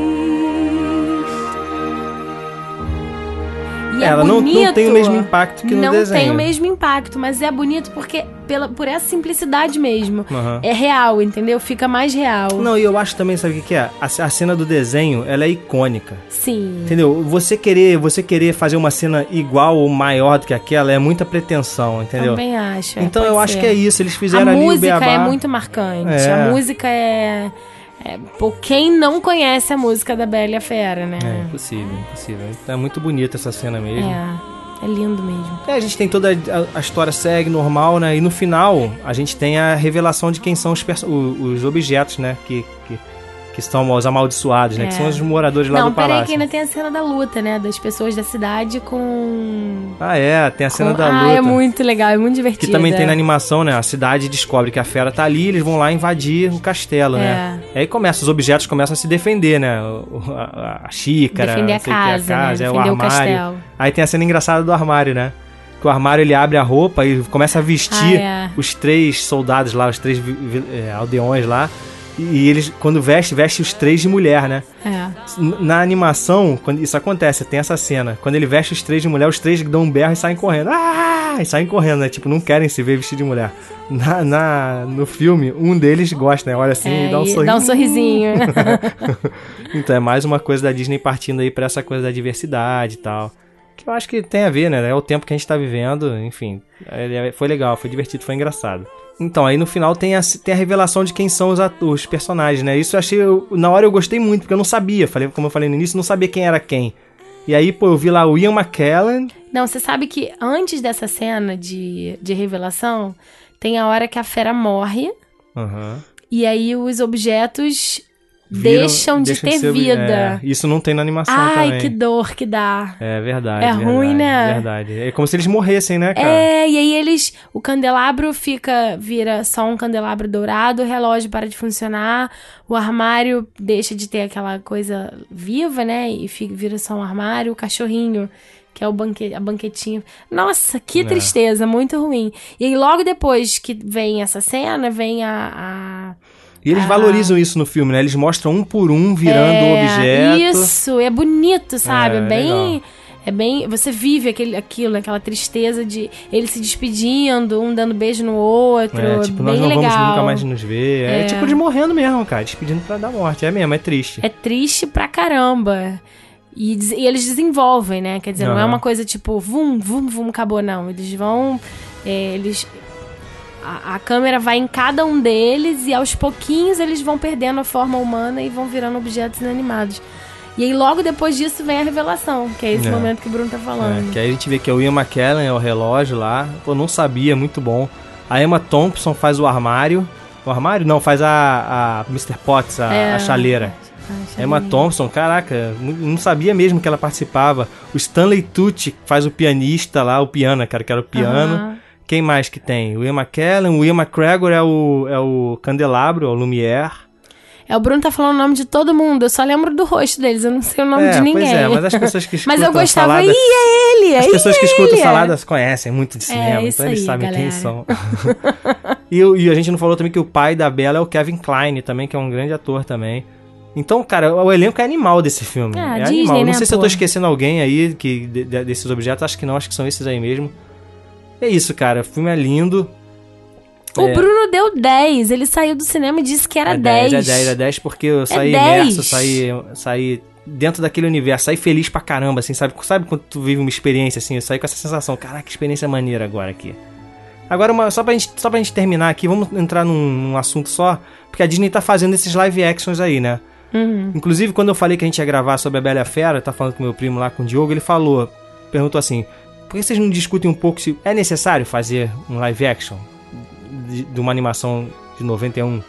E é Ela não, não bonito, tem o mesmo impacto que no não desenho. Não tem o mesmo impacto, mas é bonito porque pela, por essa simplicidade mesmo. Uhum. É real, entendeu? Fica mais real. Não, e eu acho também, sabe o que que é? A, a cena do desenho, ela é icônica. Sim. Entendeu? Você querer, você querer fazer uma cena igual ou maior do que aquela é muita pretensão, entendeu? Também acho. é, Então pode eu acho ser. que é isso, eles fizeram a ali o música beabá. é muito marcante. É. A música é, é... Pô, quem não conhece a música da Bela e a Fera, né? É impossível, impossível. Então é muito bonita essa cena mesmo. É. É lindo mesmo. É, a gente tem toda a, a história segue normal, né? E no final a gente tem a revelação de quem são os, perso- o- os objetos, né? Que, que, que são os amaldiçoados, né? É. Que são os moradores lá Não, do peraí palácio. que ainda tem a cena da luta, né? Das pessoas da cidade com... Ah, é, tem a cena com... da ah, luta. é muito legal, é muito divertido. Que também tem é. na animação, né? A cidade descobre que a fera tá ali, eles vão lá invadir o castelo, É. né? Aí começa, os objetos começam a se defender, né? O- A, a xícara, Defender a não sei o que, casa, né? é o Defender o armário. castelo. Aí tem a cena engraçada do armário, né? Que o armário ele abre a roupa e começa a vestir Ah, é. os três soldados lá, os três vi- vi- é, aldeões lá. E eles, quando veste, veste os três de mulher, né? É. Na animação, quando isso acontece, tem essa cena. Quando ele veste os três de mulher, os três dão um berro e saem correndo. Ah! E saem correndo, né? Tipo, não querem se ver vestido de mulher. Na, na- no filme, um deles gosta, né? Olha assim É, e dá um e sorriso. dá um sorrisinho. Então é mais uma coisa da Disney partindo aí pra essa coisa da diversidade e tal. Que eu acho que tem a ver, né? É o tempo que a gente tá vivendo, enfim. É- Foi legal, foi divertido, foi engraçado. Então, aí no final tem a, tem a revelação de quem são os, atores, os personagens, né? Isso eu achei... eu- na hora eu gostei muito, porque eu não sabia. Falei, como eu falei no início, eu não sabia quem era quem. E aí, pô, eu vi lá o Ian McKellen. Não, você sabe que antes dessa cena de, de revelação, tem a hora que a fera morre. Aham. E aí os objetos viram, deixam de ter ser, vida. É, isso não tem na animação Ai, também. que dor que dá. É verdade. É verdade, ruim, né? Verdade. É como se eles morressem, né, cara? É, e aí eles... O candelabro fica... Vira só um candelabro dourado, o relógio para de funcionar, o armário deixa de ter aquela coisa viva, né? E fica, vira só um armário, o cachorrinho... que é o banque, a banquetinha. Nossa, que É. tristeza, muito ruim. E aí, logo depois que vem essa cena, vem a... a E eles a... valorizam isso no filme, né? Eles mostram um por um virando o é, objeto. Isso, é bonito, sabe? É, É bem... legal. É bem... Você vive aquele, aquilo, aquela tristeza de eles se despedindo, um dando beijo no outro. É, tipo, bem nós não legal. vamos nunca mais nos ver. É. É. tipo de morrendo mesmo, cara. Despedindo pra dar morte. É mesmo, é triste. É triste pra caramba. E, des- e eles desenvolvem, né? Quer dizer, não é Aham. uma coisa tipo, vum, vum, vum, acabou, não. Eles vão... é, eles... A, a câmera vai em cada um deles e aos pouquinhos eles vão perdendo a forma humana e vão virando objetos inanimados. E aí logo depois disso vem a revelação, que é esse É. momento que o Bruno tá falando. É, que aí a gente vê que é o Ian McKellen, é o relógio lá. Pô, não sabia, muito bom. A Emma Thompson faz o armário. O armário? Não, faz a, a mister Potts, a, É. a chaleira. Ah, Emma Thompson, caraca, não não sabia mesmo que ela participava. O Stanley Tucci faz o pianista lá, o piano, cara, que era o piano. Aham. Quem mais que tem? O Ian McKellen, o Ian McGregor é o, é o candelabro, é o Lumière. É, o Bruno tá falando o nome de todo mundo, eu só lembro do rosto deles, eu não sei o nome É, de ninguém. pois é, mas as pessoas que Mas escutam eu gostava, Salada- ih, é ele, As é pessoas que ele. escutam Saladas conhecem muito de cinema, isso então eles aí, sabem quem galera. são. e, o- e a gente não falou também que o pai da Bella é o Kevin Kline também, que é um grande ator também. Então, cara, o elenco é animal desse filme. Ah, é Disney, animal. Não né, sei se eu tô pô? esquecendo alguém aí que, de- de- desses objetos, acho que não, acho que são esses aí mesmo. É isso, cara, o filme é lindo. O É. Bruno deu dez, ele saiu do cinema e disse que era é dez. dez, é dez, é dez porque eu saí dez. imerso, saí, saí dentro daquele universo, saí feliz pra caramba, assim, sabe? Sabe quando tu vive uma experiência assim, eu saí com essa sensação, caraca, que experiência maneira agora aqui. Agora, uma, só, pra gente, só pra gente terminar aqui, vamos entrar num, num assunto só, porque a Disney tá fazendo esses live actions aí, né? Uhum. Inclusive, quando eu falei que a gente ia gravar sobre a Bela e a Fera, tá falando com meu primo lá, com o Diogo, ele falou, perguntou assim, por que vocês não discutem um pouco se é necessário fazer um live action de, de uma animação de noventa e um?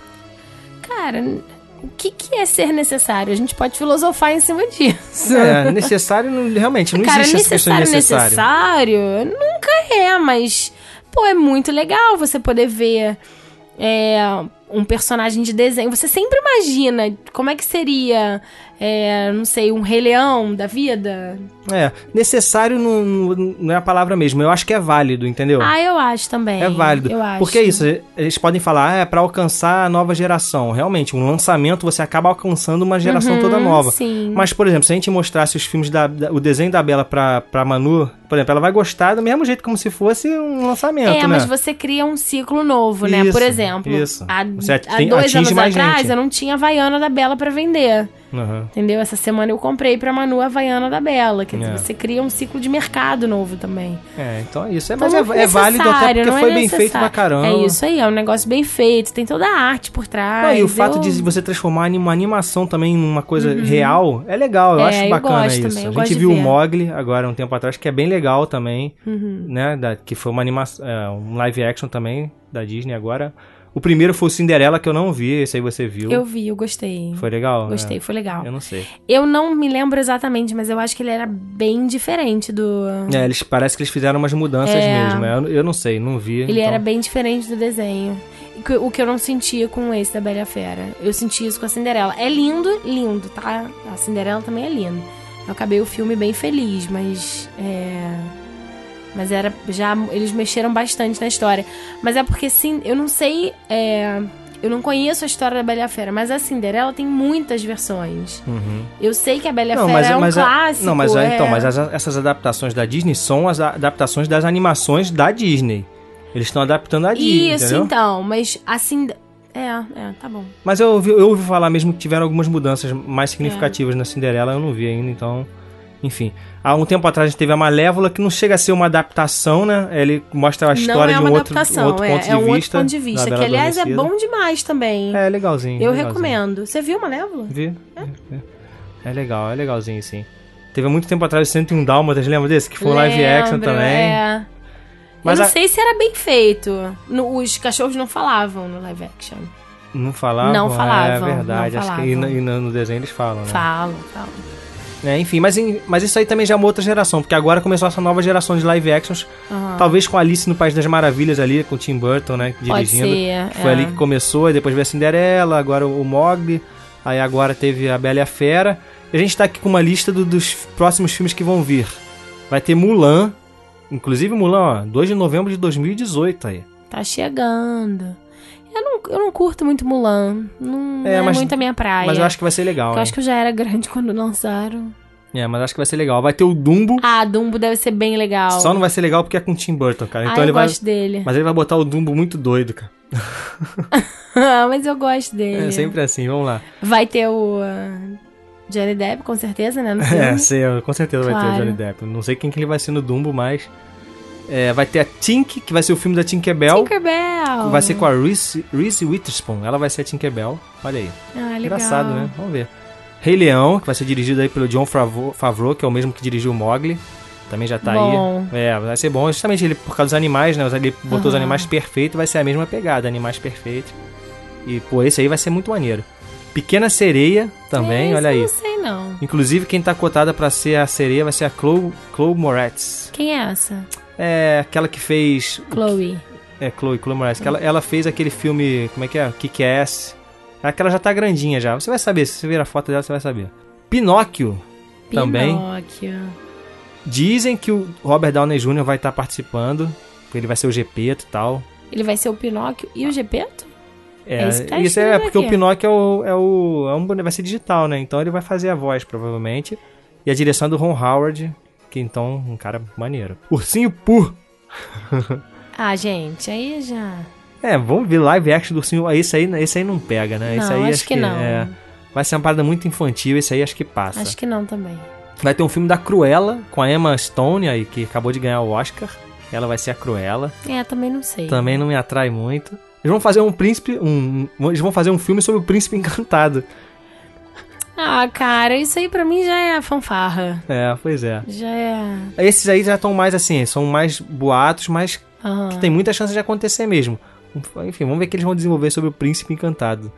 Cara, o que, que é ser necessário? A gente pode filosofar em cima disso. É, necessário, não- realmente, não Cara, existe essa questão de necessário, necessário. necessário, nunca é, mas, pô, é muito legal você poder ver é, um personagem de desenho. Você sempre imagina como é que seria, é, não sei, um Rei Leão da vida. É, necessário não, não- não é a palavra mesmo, eu acho que é válido, entendeu? Ah, eu acho também. É válido. Eu acho. Porque é isso, eles podem falar, ah, é pra alcançar a nova geração. Realmente, um lançamento você acaba alcançando uma geração Uhum, toda nova. sim. Mas, por exemplo, se a gente mostrasse os filmes da, da- o desenho da Bela pra, pra Manu, por exemplo, ela vai gostar do mesmo jeito como se fosse um lançamento, É, né? mas você cria um ciclo novo, né? Isso, Por exemplo, isso. há, Você há atin- dois atinge anos mais atrás gente. eu não tinha a Havaiana da Bela pra vender. Uhum. Entendeu? Essa semana eu comprei pra Manu a Havaiana da Bela. Quer dizer, É. você cria um ciclo de mercado novo também. É, então é isso. É, Então mas não é, é válido até necessário, porque não é foi bem feito necessário. pra caramba. É isso aí, é um negócio bem feito. Tem toda a arte por trás. Não, e o fato eu- de você transformar em uma animação também numa coisa real é legal, eu É, acho eu bacana gosto isso. também, eu A gosto gente de viu o ver. Mowgli agora um tempo atrás, que é bem legal também, Uhum. né? Da, que foi uma animação, é, um live action também da Disney agora. O primeiro foi o Cinderela, que eu não vi, esse aí você viu. Eu vi, eu gostei. Foi legal? Gostei, É. foi legal. Eu não sei. Eu não me lembro exatamente, mas eu acho que ele era bem diferente do... É, eles, parece que eles fizeram umas mudanças É. mesmo. Eu, eu não sei, não vi. Ele então- era bem diferente do desenho. O que- O que eu não sentia com esse da Bela e a Fera. Eu senti isso com a Cinderela. É lindo, lindo, tá? A Cinderela também é linda. Eu acabei o filme bem feliz, mas... É... Mas era... Já... Eles mexeram bastante na história. Mas é porque, sim, eu não sei... É... Eu não conheço a história da Bela e a Fera, mas a Cinderela tem muitas versões. Uhum. Eu sei que a Bela e a Não, Fera mas, é um mas a- clássico. não, mas é... então, mas as- essas adaptações da Disney são as a- adaptações das animações da Disney. Eles estão adaptando a Disney, Isso, entendeu? então. Mas assim... É, é, tá bom. Mas eu ouvi, eu ouvi falar mesmo que tiveram algumas mudanças mais significativas na Cinderela, eu não vi ainda, então... Enfim. Há um tempo atrás a gente teve a Malévola, que não chega a ser uma adaptação, né? Ele mostra a história não é de uma um outro, adaptação, outro é, ponto de é um outro vista. ponto de da vista. Que, Bela aliás, é Adormecida. bom demais também. É, legalzinho. Eu legalzinho. recomendo. Você viu Malévola? Vi. É. É legal, é legalzinho, sim. Teve há muito tempo atrás o cento e um Dálmatas, lembra desse? Que foi um live action Lembro, também. É. Mas eu não a- sei se era bem feito. No- os cachorros não falavam no live action. Não falavam? Não falavam, É verdade, não acho falavam. que e no, e no- no desenho eles falam, né? Falam, falam. É, enfim, mas, em- mas isso aí também já é uma outra geração, porque agora começou essa nova geração de live actions, Aham. talvez com Alice no País das Maravilhas ali, com o Tim Burton, né, Pode dirigindo. ser, Foi é. ali que começou, aí depois veio a Cinderela, agora o Mowgli, aí agora teve a Bela e a Fera. E a gente tá aqui com uma lista do- dos próximos filmes que vão vir. Vai ter Mulan, inclusive Mulan, ó, dois de novembro de dois mil e dezoito aí. Tá chegando. Eu não, eu não curto muito Mulan. Não É, é, mas- muito a minha praia. Mas eu acho que vai ser legal, Porque eu hein? acho que eu já era grande quando lançaram. É, mas acho que vai ser legal. Vai ter o Dumbo, Ah, Dumbo deve ser bem legal. só não vai ser legal porque é com o Tim Burton, cara. Então ah, ele eu vai... gosto dele. Mas ele vai botar o Dumbo muito doido, cara. Mas eu gosto dele. É sempre assim, vamos lá. Vai ter o uh, Johnny Depp, com certeza, né? No filme. É, sei, com certeza vai ter Claro. o Johnny Depp. Não sei quem que ele vai ser no Dumbo, mas... É, vai ter a Tink, que vai ser o filme da Tinkerbell. Tinkerbell. Vai ser com a Reese, Reese Witherspoon. Ela vai ser a Tinkerbell. Olha aí. Ah, legal. Engraçado, né? Vamos ver. Rei Leão, que vai ser dirigido aí pelo Jon Favreau, Favreau, que é o mesmo que dirigiu o Mowgli. Também já tá Bom. aí. É, vai ser bom. Justamente ele, por causa dos animais, né? Ele botou os Aham. animais perfeitos, vai ser a mesma pegada. Animais perfeitos. E, pô, esse aí vai ser muito maneiro. Pequena Sereia também, Esse olha eu aí. não sei, não. Inclusive, quem tá cotada pra ser a sereia vai ser a Chloe, Chloe Moretz. Quem é essa? É aquela que fez... Chloe. É, Chloe, Chloe Moretz. Que ela, ela fez aquele filme, como é que é? Kick-Ass. É que ela já tá grandinha já. Você vai saber, se você ver a foto dela, você vai saber. Pinóquio, também. Pinóquio. Dizem que o Robert Downey Júnior vai estar participando. Ele vai ser o Gepeto e tal. Ele vai ser o Pinóquio e o Gepeto? É, É isso que tá isso é escrito porque aqui. o Pinóquio é o, é o é um boneco, vai ser digital, né? Então ele vai fazer a voz, provavelmente. E a direção é do Ron Howard, que então, um cara maneiro. Ursinho Pooh. Ah, gente, aí já... É, vamos ver live action do Ursinho. Esse aí, esse aí não pega, né? Esse Não, aí acho que não. É, vai ser uma parada muito infantil, esse aí acho que passa. Acho que não também. Vai ter um filme da Cruella, com a Emma Stone, aí, que acabou de ganhar o Oscar. Ela vai ser a Cruella. É, também não sei. Também não me atrai muito. Eles vão fazer um príncipe. Um, eles vão fazer um filme sobre o príncipe encantado. Ah, cara, isso aí pra mim já é fanfarra. É, pois é. Já é... Esses aí já estão mais assim, são mais boatos, mas Aham. que tem muita chance de acontecer mesmo. Enfim, vamos ver o que eles vão desenvolver sobre o príncipe encantado.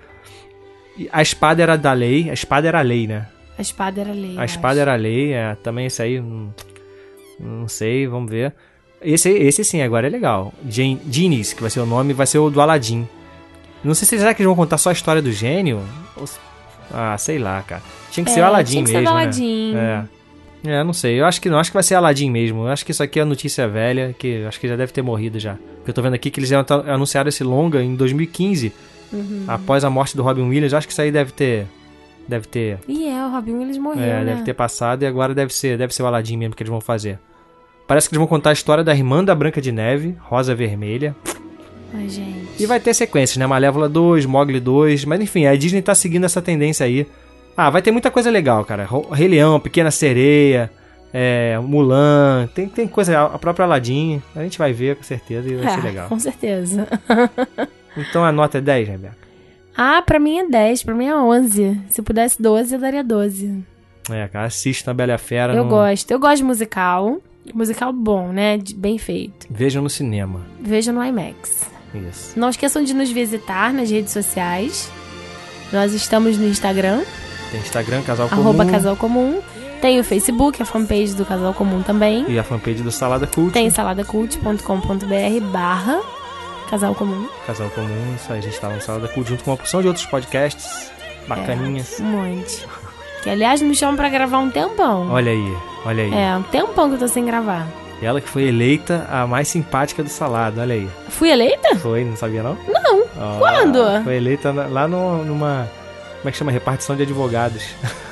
E a espada era da lei. A espada era a lei, né? A espada era lei. A espada era a lei, é, também esse aí, não, não sei, vamos ver. Esse, esse sim, agora é legal. Gen- Genies, que vai ser o nome, vai ser o do Aladdin. Não sei se será que eles vão contar só a história do gênio? Ou se- ah, sei lá, cara. Tinha que É, ser o Aladdin tinha que ser mesmo, do né? Aladdin. É. É, não sei. Eu acho que não. Acho que vai ser Aladdin mesmo. Eu acho que isso aqui é notícia velha, que eu acho que já deve ter morrido já. Porque eu tô vendo aqui que eles iam ta- anunciaram esse longa em dois mil e quinze, Uhum. após a morte do Robin Williams. Eu acho que isso aí deve ter... Deve ter... E é, o Robin Williams morreu, É, né? deve ter passado e agora deve ser, deve ser o Aladdin mesmo que eles vão fazer. Parece que eles vão contar a história da irmã da Branca de Neve, Rosa Vermelha. Ai, gente. E vai ter sequências, né? Malévola dois, Mowgli dois. Mas enfim, a Disney tá seguindo essa tendência aí. Ah, vai ter muita coisa legal, cara. Ro- Rei Leão, Pequena Sereia, é, Mulan. Tem, tem coisa, a própria Aladdin. A gente vai ver com certeza e vai É, ser legal. com certeza. Então a nota é dez, Rebeca? Ah, pra mim é dez, pra mim é onze. Se pudesse doze, eu daria doze. É, cara, assista a Bela e a Fera. Eu no... gosto. Eu gosto de musical. Musical bom, né? De- Bem feito. Vejam no cinema. Veja no IMAX. Isso. Não esqueçam de nos visitar nas redes sociais. Nós estamos no Instagram, Tem Instagram, Casal Comum. arroba Casal Comum. Tem o Facebook, a fanpage do Casal Comum também. E a fanpage do Salada Cult. Tem saladacult ponto com ponto br barra Casal Comum. Casal Comum, isso aí, a gente tá no Salada Cult junto com uma porção de outros podcasts bacaninhas. Um monte. Que, aliás, me chamam pra gravar um tempão. Olha aí, olha aí. É, um tempão que eu tô sem gravar. Ela que foi eleita a mais simpática do Salada, olha aí. Fui eleita? Foi, não sabia não? Não. Ah, Quando? Foi eleita na- lá no- numa... Como é que chama? Repartição de advogados.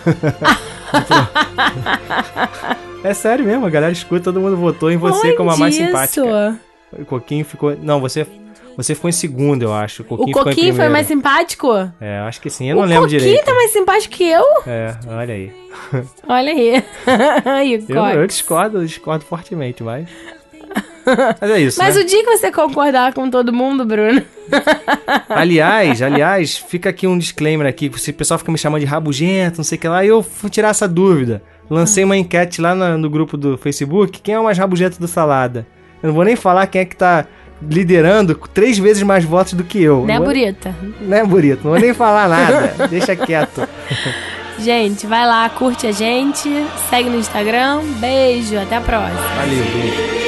É sério mesmo, a galera escuta, todo mundo votou em você Onde como a mais isso? simpática. O Coquinho ficou... Não, você, você ficou em segundo, eu acho. O O Coquinho, ficou em Coquinho foi primeiro. mais simpático? É, eu acho que sim, eu não o lembro Coquinho direito. tá mais simpático que eu? É, olha aí. Olha aí. Aí, o Eu, Cox. eu discordo, eu discordo fortemente, mas... Mas é isso, Mas né? o dia que você concordar com todo mundo, Bruno... Aliás, aliás, fica aqui um disclaimer aqui, se o pessoal fica me chamando de rabugento, não sei o que lá, eu fui tirar essa dúvida. Lancei uma enquete lá na- no grupo do Facebook, quem é o mais rabugento do Salada? Eu não vou nem falar quem é que tá liderando com três vezes mais votos do que eu. Né, Não- Burita? Né, Burito? Não vou nem falar nada. Deixa quieto. Gente, vai lá, curte a gente, segue no Instagram. Beijo, até a próxima. Valeu, beijo.